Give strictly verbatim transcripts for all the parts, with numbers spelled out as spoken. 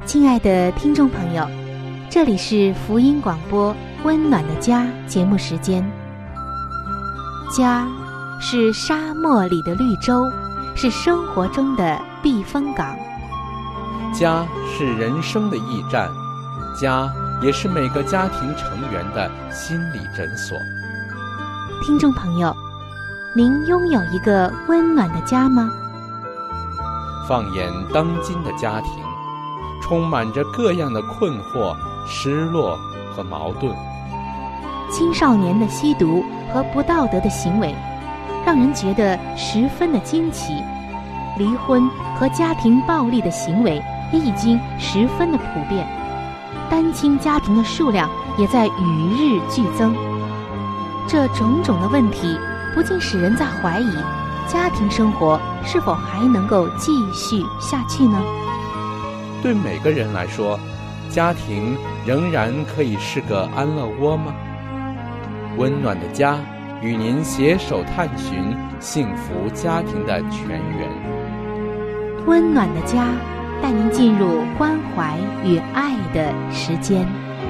亲爱的听众朋友，这里是福音广播温暖的家节目时间。家是沙漠里的绿洲，是生活中的避风港。 家是人生的驿站，家也是每个家庭成员的心理诊所。 听众朋友，您拥有一个温暖的家吗？ 放眼当今的家庭，充满着各样的困惑、失落和矛盾。 青少年的吸毒和不道德的行为，让人觉得十分的惊奇。离婚和家庭暴力的行为也已经十分的普遍，单亲家庭的数量也在与日俱增。这种种的问题，不禁使人在怀疑，家庭生活是否还能够继续下去呢？ 对每个人来说，家庭仍然可以是个安乐窝吗？温暖的家与您携手探寻幸福家庭的泉源。 温暖的家带您进入关怀与爱的时间。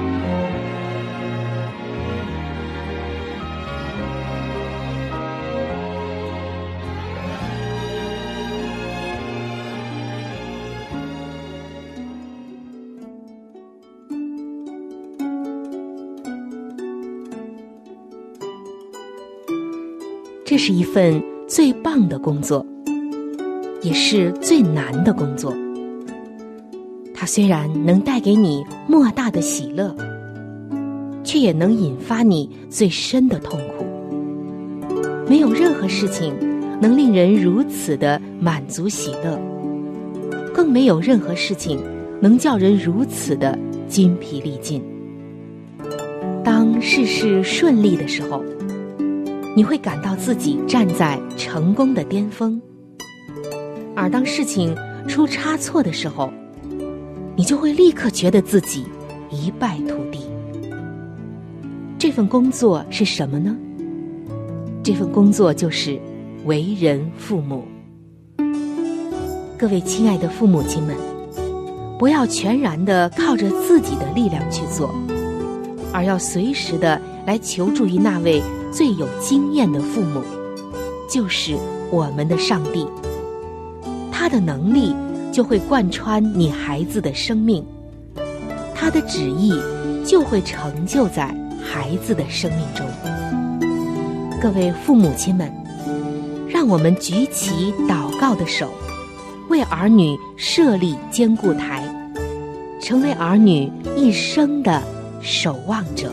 这是一份最棒的工作，也是最难的工作。它虽然能带给你莫大的喜乐，却也能引发你最深的痛苦。没有任何事情能令人如此的满足喜乐，更没有任何事情能叫人如此的筋疲力尽。当事事顺利的时候，你会感到自己站在成功的巅峰，而当事情出差错的时候，你就会立刻觉得自己一败涂地。这份工作是什么呢？这份工作就是为人父母。各位亲爱的父母亲们，不要全然地靠着自己的力量去做，而要随时地来求助于那位最有经验的父母，就是我们的上帝。他的能力就会贯穿你孩子的生命，他的旨意就会成就在孩子的生命中。各位父母亲们，让我们举起祷告的手，为儿女设立坚固台，成为儿女一生的守望者。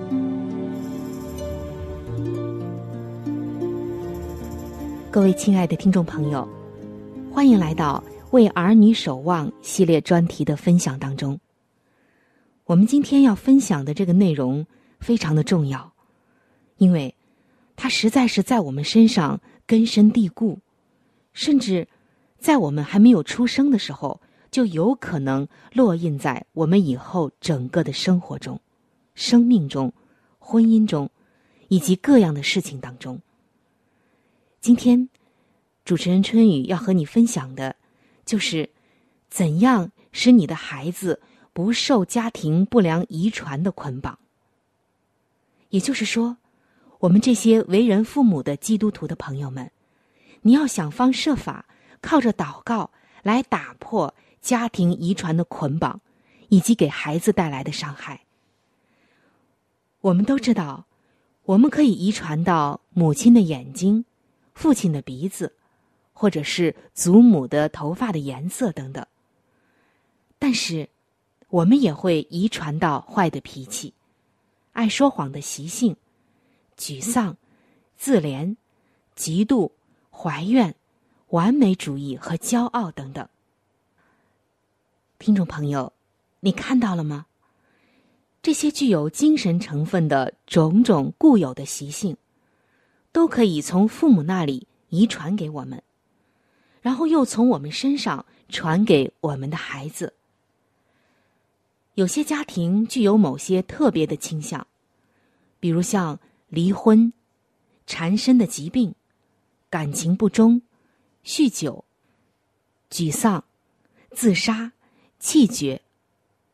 各位亲爱的听众朋友，欢迎来到为儿女守望系列专题的分享当中。我们今天要分享的这个内容非常的重要，因为它实在是在我们身上根深蒂固，甚至在我们还没有出生的时候，就有可能落印在我们以后整个的生活中、生命中、婚姻中，以及各样的事情当中。今天主持人春雨要和你分享的就是怎样使你的孩子不受家庭不良遗传的捆绑。也就是说，我们这些为人父母的基督徒的朋友们，你要想方设法靠着祷告来打破家庭遗传的捆绑，以及给孩子带来的伤害。我们都知道，我们可以遗传到母亲的眼睛、父亲的鼻子，或者是祖母的头发的颜色等等。但是我们也会遗传到坏的脾气、爱说谎的习性、沮丧、自怜、嫉妒、怀怨、完美主义和骄傲等等。听众朋友，你看到了吗？这些具有精神成分的种种固有的习性，都可以从父母那里遗传给我们，然后又从我们身上传给我们的孩子。有些家庭具有某些特别的倾向，比如像离婚、缠身的疾病、感情不忠、酗酒、沮丧、自杀、气绝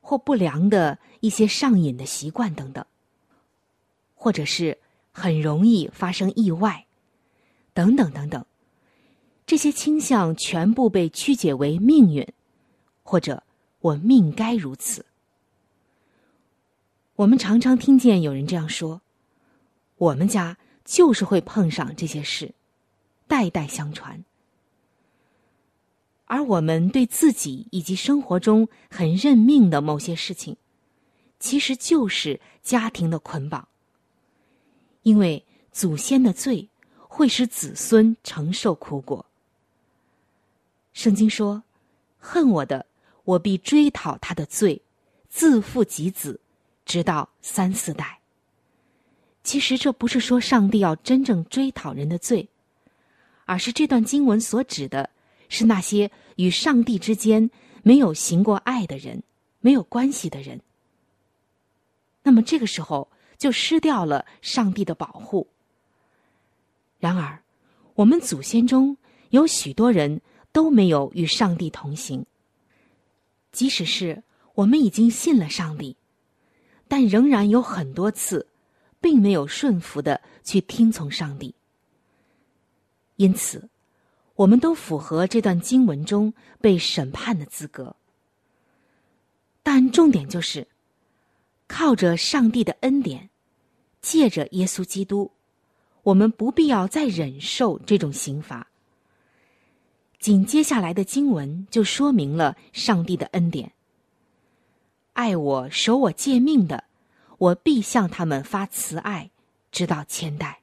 或不良的一些上瘾的习惯等等，或者是很容易发生意外，等等等等，这些倾向全部被曲解为命运，或者我命该如此。我们常常听见有人这样说，我们家就是会碰上这些事，代代相传。而我们对自己以及生活中很认命的某些事情，其实就是家庭的捆绑。因为祖先的罪会使子孙承受苦果。圣经说，恨我的，我必追讨他的罪，自父及子，直到三四代。其实这不是说上帝要真正追讨人的罪，而是这段经文所指的是那些与上帝之间没有行过爱的人，没有关系的人。那么这个时候就失掉了上帝的保护。然而，我们祖先中有许多人都没有与上帝同行，即使是我们已经信了上帝，但仍然有很多次并没有顺服的去听从上帝。因此我们都符合这段经文中被审判的资格。但重点就是，靠着上帝的恩典，借着耶稣基督，我们不必要再忍受这种刑罚。紧接下来的经文就说明了上帝的恩典。爱我、守我诫命的，我必向他们发慈爱，直到千代。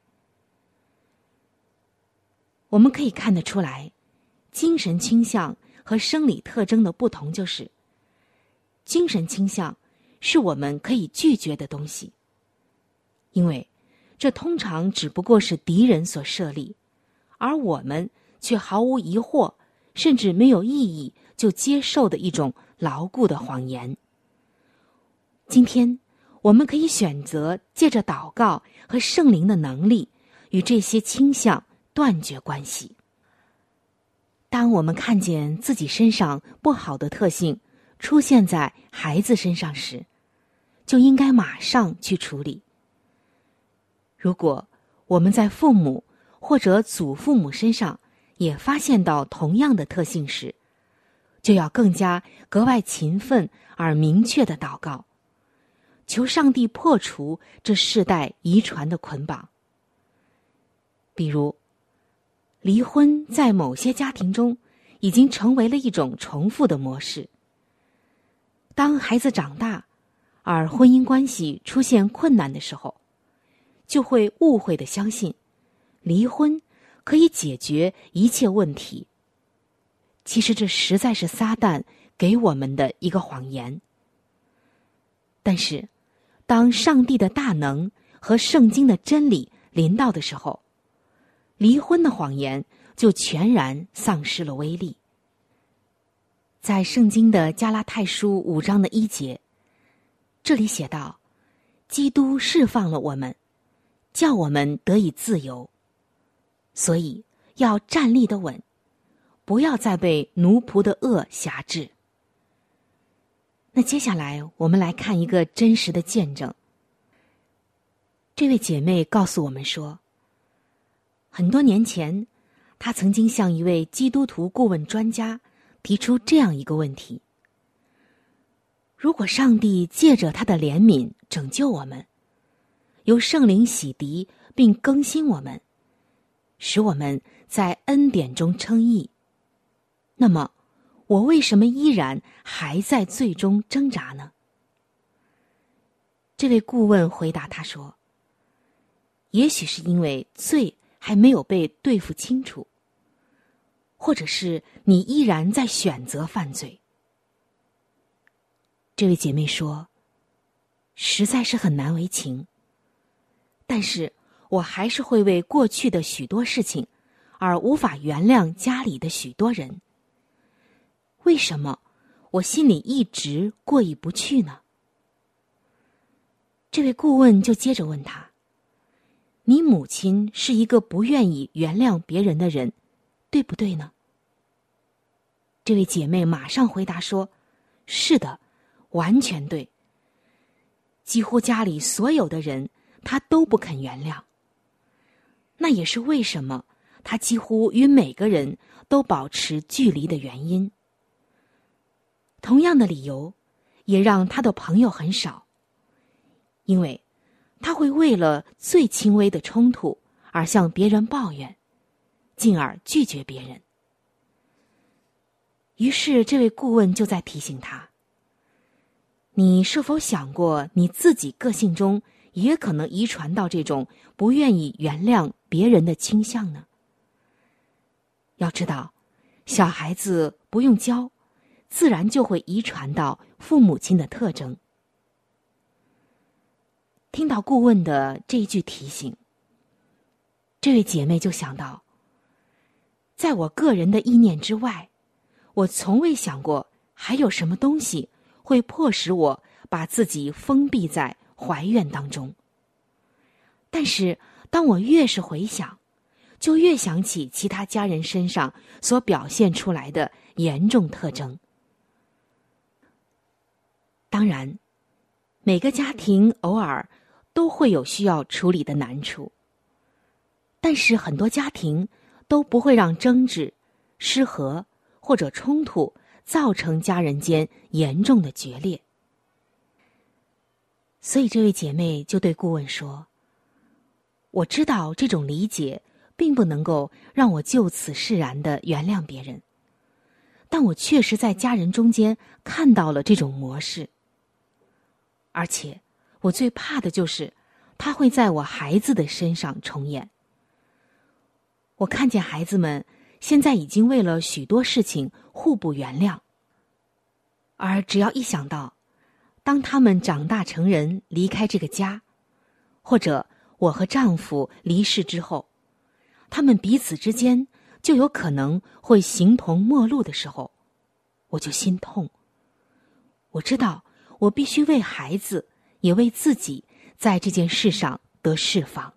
我们可以看得出来，精神倾向和生理特征的不同就是，精神倾向是我们可以拒绝的东西，因为这通常只不过是敌人所设立，而我们却毫无疑惑，甚至没有异议就接受的一种牢固的谎言。今天我们可以选择借着祷告和圣灵的能力，与这些倾向断绝关系。当我们看见自己身上不好的特性出现在孩子身上时，就应该马上去处理。如果我们在父母或者祖父母身上也发现到同样的特性时，就要更加格外勤奋而明确的祷告，求上帝破除这世代遗传的捆绑。比如，离婚在某些家庭中已经成为了一种重复的模式。当孩子长大，而婚姻关系出现困难的时候，就会误会地相信，离婚可以解决一切问题。其实这实在是撒旦给我们的一个谎言。但是，当上帝的大能和圣经的真理临到的时候，离婚的谎言就全然丧失了威力。在圣经的加拉太书五章的一节，这里写道，基督释放了我们，叫我们得以自由，所以要站立得稳，不要再被奴仆的恶辖制。那接下来我们来看一个真实的见证。这位姐妹告诉我们说，很多年前，她曾经向一位基督徒顾问专家提出这样一个问题：如果上帝借着他的怜悯拯救我们，由圣灵洗涤并更新我们，使我们在恩典中称义，那么我为什么依然还在罪中挣扎呢？这位顾问回答他说，也许是因为罪还没有被对付清楚，或者是你依然在选择犯罪。这位姐妹说，实在是很难为情，但是我还是会为过去的许多事情而无法原谅家里的许多人。为什么我心里一直过意不去呢？这位顾问就接着问他，你母亲是一个不愿意原谅别人的人，对不对呢？这位姐妹马上回答说，是的， 完全对。几乎家里所有的人，他都不肯原谅。那也是为什么他几乎与每个人都保持距离的原因。同样的理由，也让他的朋友很少，因为他会为了最轻微的冲突而向别人抱怨，进而拒绝别人。于是这位顾问就在提醒他，你是否想过你自己个性中也可能遗传到这种不愿意原谅别人的倾向呢？要知道，小孩子不用教，自然就会遗传到父母亲的特征。听到顾问的这一句提醒，这位姐妹就想到，在我个人的意念之外，我从未想过还有什么东西会迫使我把自己封闭在怀怨当中。但是当我越是回想，就越想起其他家人身上所表现出来的严重特征。当然，每个家庭偶尔都会有需要处理的难处，但是很多家庭都不会让争执、失和或者冲突造成家人间严重的决裂。所以这位姐妹就对顾问说，我知道这种理解并不能够让我就此释然地原谅别人，但我确实在家人中间看到了这种模式，而且我最怕的就是它会在我孩子的身上重演。我看见孩子们现在已经为了许多事情互不原谅，而只要一想到当他们长大成人离开这个家，或者我和丈夫离世之后，他们彼此之间就有可能会形同陌路的时候，我就心痛。我知道我必须为孩子也为自己在这件事上得释放。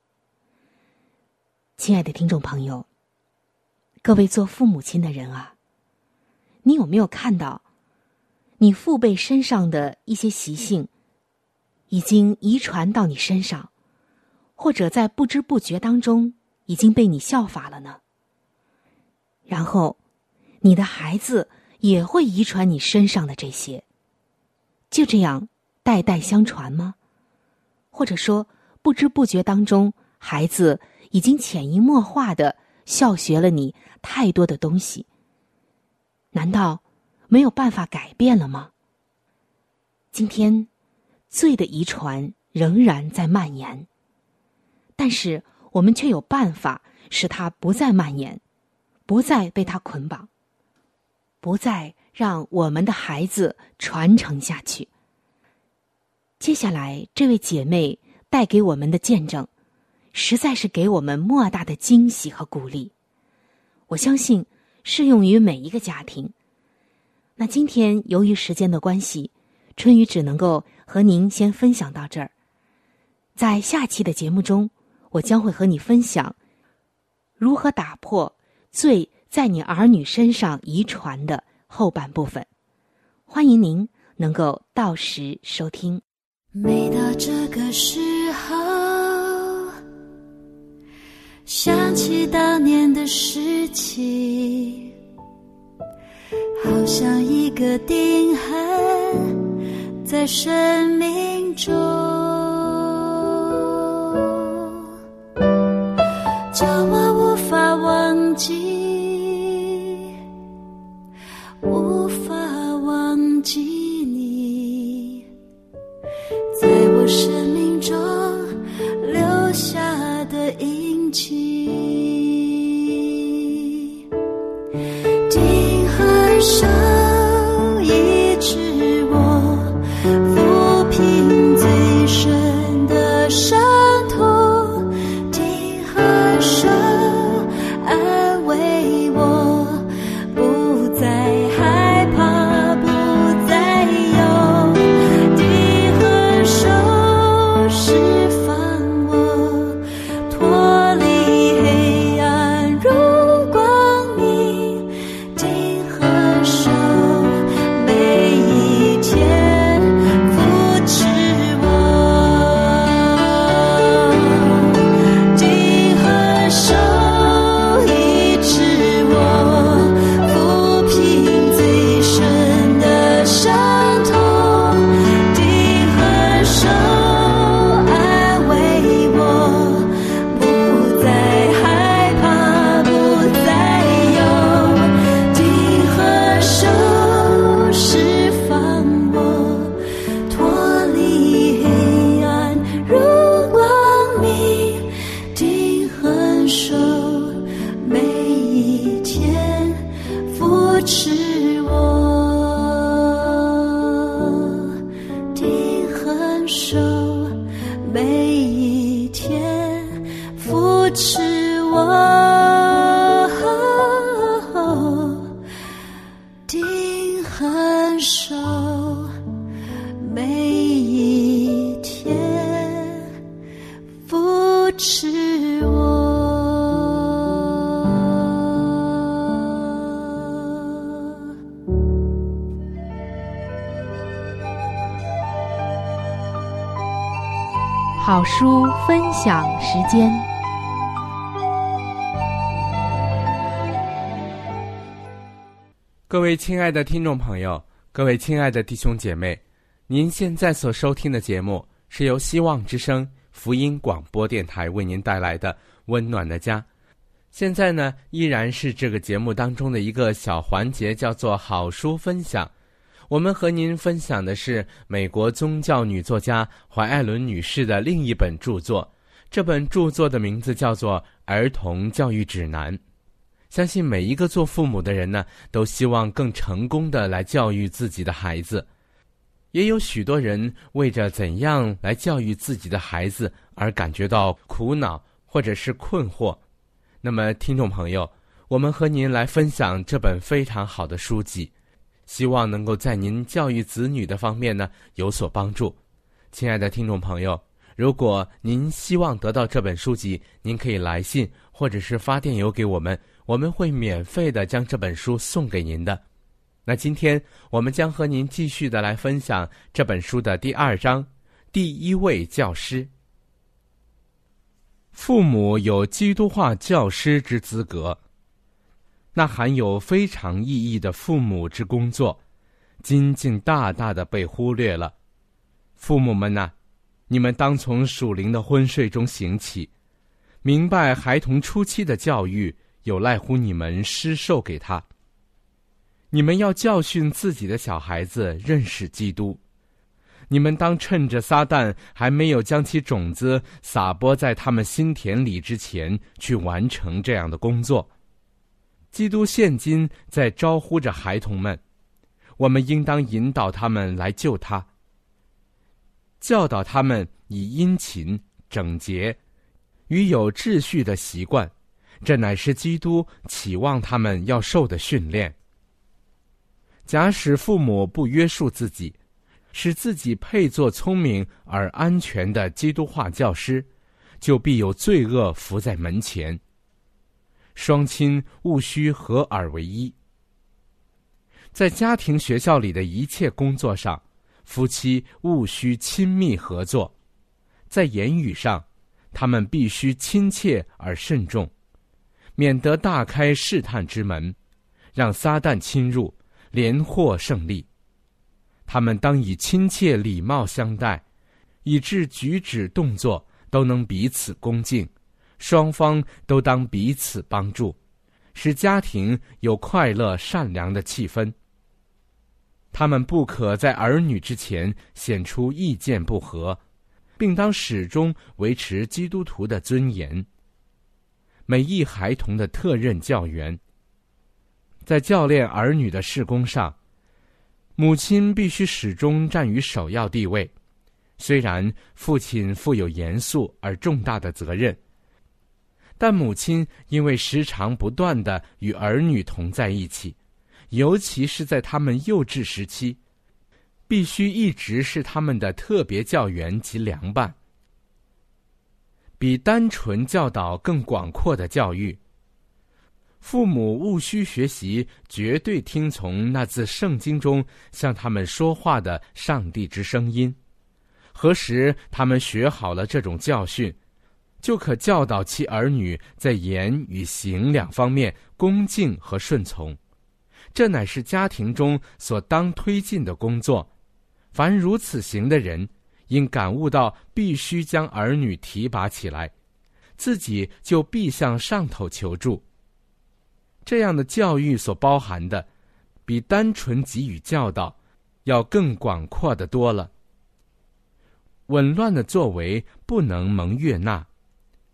亲爱的听众朋友，各位做父母亲的人啊，你有没有看到你父辈身上的一些习性已经遗传到你身上，或者在不知不觉当中已经被你效法了呢？然后你的孩子也会遗传你身上的这些，就这样代代相传吗？或者说不知不觉当中，孩子已经潜移默化地效学了你太多的东西，难道没有办法改变了吗？今天罪的遗传仍然在蔓延，但是我们却有办法使它不再蔓延，不再被它捆绑，不再让我们的孩子传承下去。接下来这位姐妹带给我们的见证，实在是给我们莫大的惊喜和鼓励，我相信适用于每一个家庭。那今天由于时间的关系，春雨只能够和您先分享到这儿。在下期的节目中，我将会和你分享如何打破罪在你儿女身上遗传的后半部分。欢迎您能够到时收听。 每到这个时候，想起当年的事情，好像一个钉痕在生命中，叫我无法忘记，无法忘记你在我生命中留下的印记。定和手医治我抚平最深的伤痛，定和手安慰我不再害怕，不再有，定和手释放我脱离黑暗入光明，定和手每一天手，每一天扶持我，定恒守，每一天扶持我，定恒守，每一天扶持我。 好书分享时间。 各位亲爱的听众朋友，各位亲爱的弟兄姐妹，您现在所收听的节目是由希望之声福音广播电台为您带来的温暖的家。现在呢，依然是这个节目当中的一个小环节，叫做好书分享。我们和您分享的是美国宗教女作家怀艾伦女士的另一本著作，这本著作的名字叫做《儿童教育指南》。相信每一个做父母的人呢，都希望更成功地来教育自己的孩子。也有许多人为着怎样来教育自己的孩子而感觉到苦恼或者是困惑。那么听众朋友，我们和您来分享这本非常好的书籍，希望能够在您教育子女的方面呢有所帮助。亲爱的听众朋友，如果您希望得到这本书籍，您可以来信或者是发电邮给我们，我们会免费的将这本书送给您的。那今天我们将和您继续的来分享这本书的第二章，第一位教师。父母有基督化教师之资格，那含有非常意义的父母之工作，今竟大大的被忽略了。父母们啊，你们当从属灵的昏睡中醒起，明白孩童初期的教育有赖乎你们施授给他。你们要教训自己的小孩子认识基督，你们当趁着撒旦还没有将其种子撒播在他们心田里之前，去完成这样的工作。基督现今在招呼着孩童们，我们应当引导他们来救他，教导他们以殷勤、整洁与有秩序的习惯，这乃是基督期望他们要受的训练。假使父母不约束自己，使自己配做聪明而安全的基督化教师，就必有罪恶伏在门前。双亲务须合而为一。在家庭学校里的一切工作上，夫妻务须亲密合作。在言语上，他们必须亲切而慎重，免得大开试探之门，让撒旦侵入，连获胜利。他们当以亲切礼貌相待，以致举止动作都能彼此恭敬，双方都当彼此帮助，使家庭有快乐善良的气氛。他们不可在儿女之前显出意见不合，并当始终维持基督徒的尊严。每一孩童的特任教员，在教练儿女的事工上，母亲必须始终站于首要地位。虽然父亲负有严肃而重大的责任，但母亲因为时常不断地与儿女同在一起，尤其是在他们幼稚时期，必须一直是他们的特别教员及良伴。比单纯教导更广阔的教育，父母务须学习绝对听从那自圣经中向他们说话的上帝之声音。何时他们学好了这种教训，就可教导其儿女在言与行两方面恭敬和顺从。这乃是家庭中所当推进的工作。凡如此行的人，应感悟到必须将儿女提拔起来，自己就必向上头求助。这样的教育所包含的，比单纯给予教导要更广阔的多了。紊乱的作为不能蒙悦纳。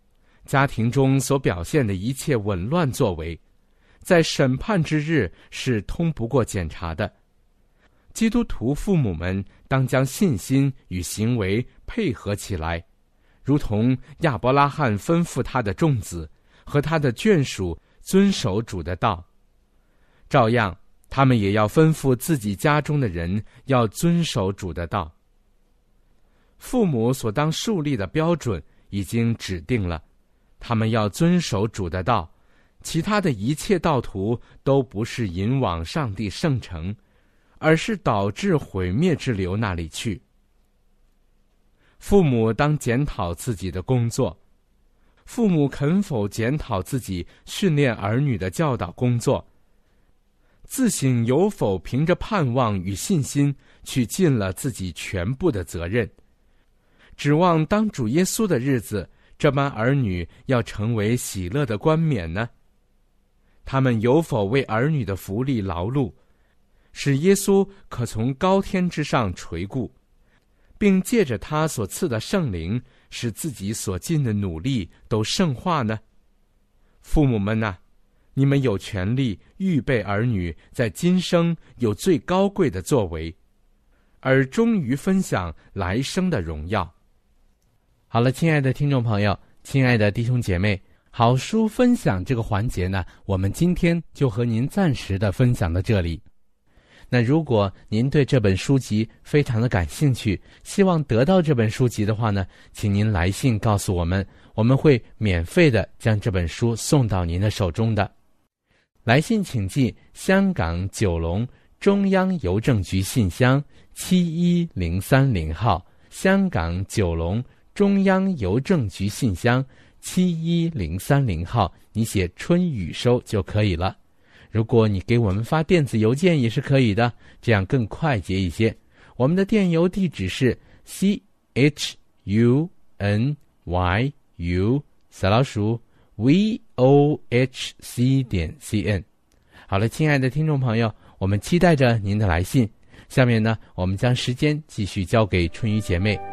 家庭中所表现的一切紊乱作为，在审判之日是通不过检查的。基督徒父母们当将信心与行为配合起来，如同亚伯拉罕吩咐他的众子和他的眷属遵守主的道，照样他们也要吩咐自己家中的人要遵守主的道。父母所当树立的标准已经指定了，他们要遵守主的道，其他的一切道途都不是引往上帝圣城，而是导致毁灭之流那里去。父母当检讨自己的工作，父母肯否检讨自己训练儿女的教导工作，自省有否凭着盼望与信心去尽了自己全部的责任，指望当主耶稣的日子，这班儿女要成为喜乐的冠冕呢？他们有否为儿女的福利劳碌，使耶稣可从高天之上垂顾，并借着他所赐的圣灵，使自己所尽的努力都圣化呢？父母们啊，你们有权利预备儿女在今生有最高贵的作为，而终于分享来生的荣耀。好了，亲爱的听众朋友，亲爱的弟兄姐妹，好书分享这个环节呢，我们今天就和您暂时的分享到这里。那如果您对这本书籍非常的感兴趣，希望得到这本书籍的话呢，请您来信告诉我们，我们会免费的将这本书送到您的手中的。来信请寄香港九龙中央邮政局信箱七一零三零号，香港九龙中央邮政局信箱七一零三零号，你写春雨收就可以了。如果你给我们发电子邮件也是可以的，这样更快捷一些。我们的电邮地址是 c h u n y u 小老鼠 v o h c 点 c n。 好了，亲爱的听众朋友，我们期待着您的来信。下面呢，我们将时间继续交给春雨姐妹。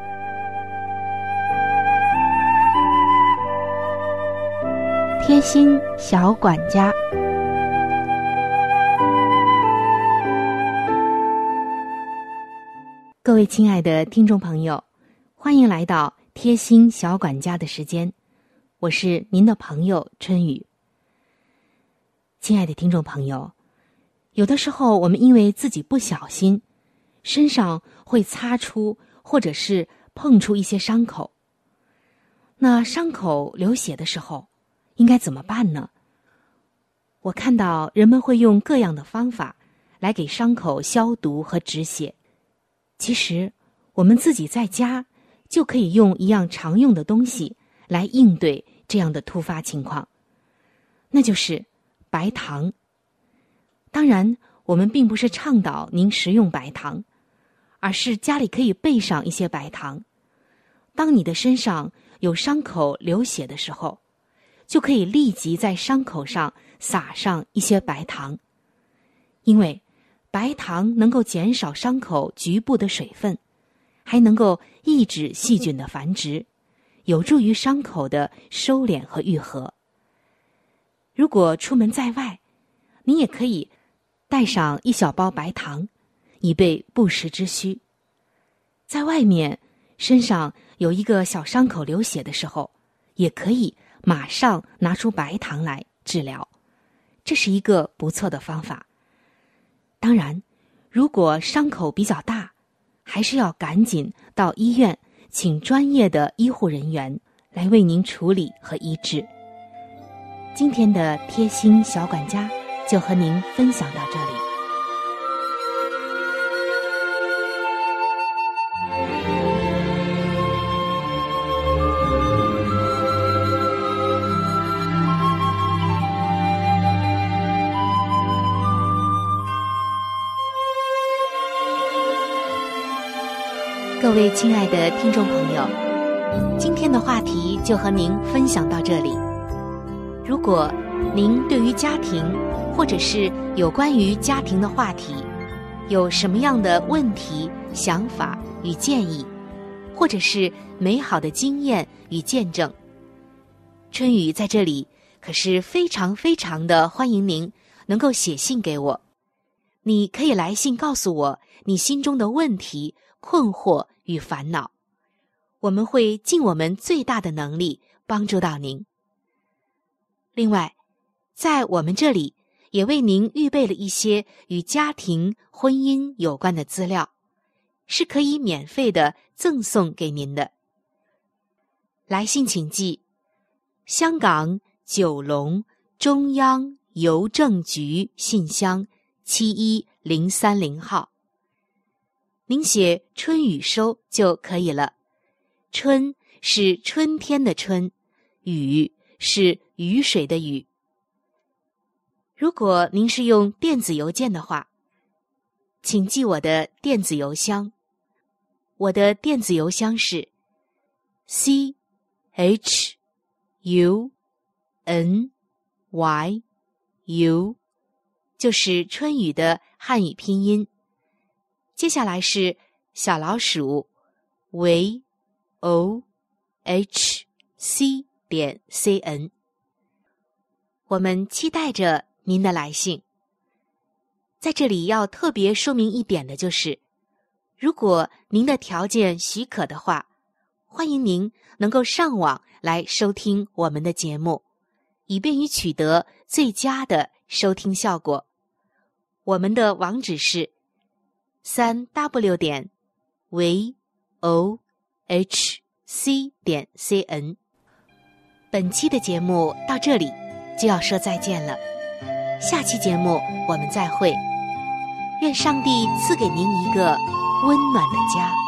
贴心小管家，各位亲爱的听众朋友，欢迎来到贴心小管家的时间，我是您的朋友春雨。亲爱的听众朋友，有的时候我们因为自己不小心，身上会擦出或者是碰出一些伤口，那伤口流血的时候应该怎么办呢？我看到人们会用各样的方法来给伤口消毒和止血。其实我们自己在家就可以用一样常用的东西来应对这样的突发情况，那就是白糖。当然我们并不是倡导您食用白糖，而是家里可以备上一些白糖。当你的身上有伤口流血的时候，就可以立即在伤口上撒上一些白糖，因为白糖能够减少伤口局部的水分，还能够抑制细菌的繁殖，有助于伤口的收敛和愈合。如果出门在外，你也可以带上一小包白糖，以备不时之需。在外面身上有一个小伤口流血的时候，也可以马上拿出白糖来治疗，这是一个不错的方法。当然，如果伤口比较大，还是要赶紧到医院请专业的医护人员来为您处理和医治。今天的贴心小管家就和您分享到这里。各位亲爱的听众朋友，今天的话题就和您分享到这里。如果您对于家庭或者是有关于家庭的话题有什么样的问题、想法与建议，或者是美好的经验与见证， 春雨在这里可是非常非常的欢迎您能够写信给我。你可以来信告诉我你心中的问题、困惑与烦恼，我们会尽我们最大的能力帮助到您。另外，在我们这里也为您预备了一些与家庭、婚姻有关的资料，是可以免费的赠送给您的。来信请寄香港九龙中央邮政局信箱七一零三零号，您写春雨收就可以了。春是春天的春，雨是雨水的雨。如果您是用电子邮件的话，请记我的电子邮箱。我的电子邮箱是 c h u n y u， 就是春雨的汉语拼音。接下来是小老鼠 v o h c 点 c n。我们期待着您的来信。在这里要特别说明一点的就是，如果您的条件许可的话，欢迎您能够上网来收听我们的节目，以便于取得最佳的收听效果。我们的网址是 三 w 点 v o h c 点 c n。 本期的节目到这里就要说再见了，下期节目我们再会。愿上帝赐给您一个温暖的家。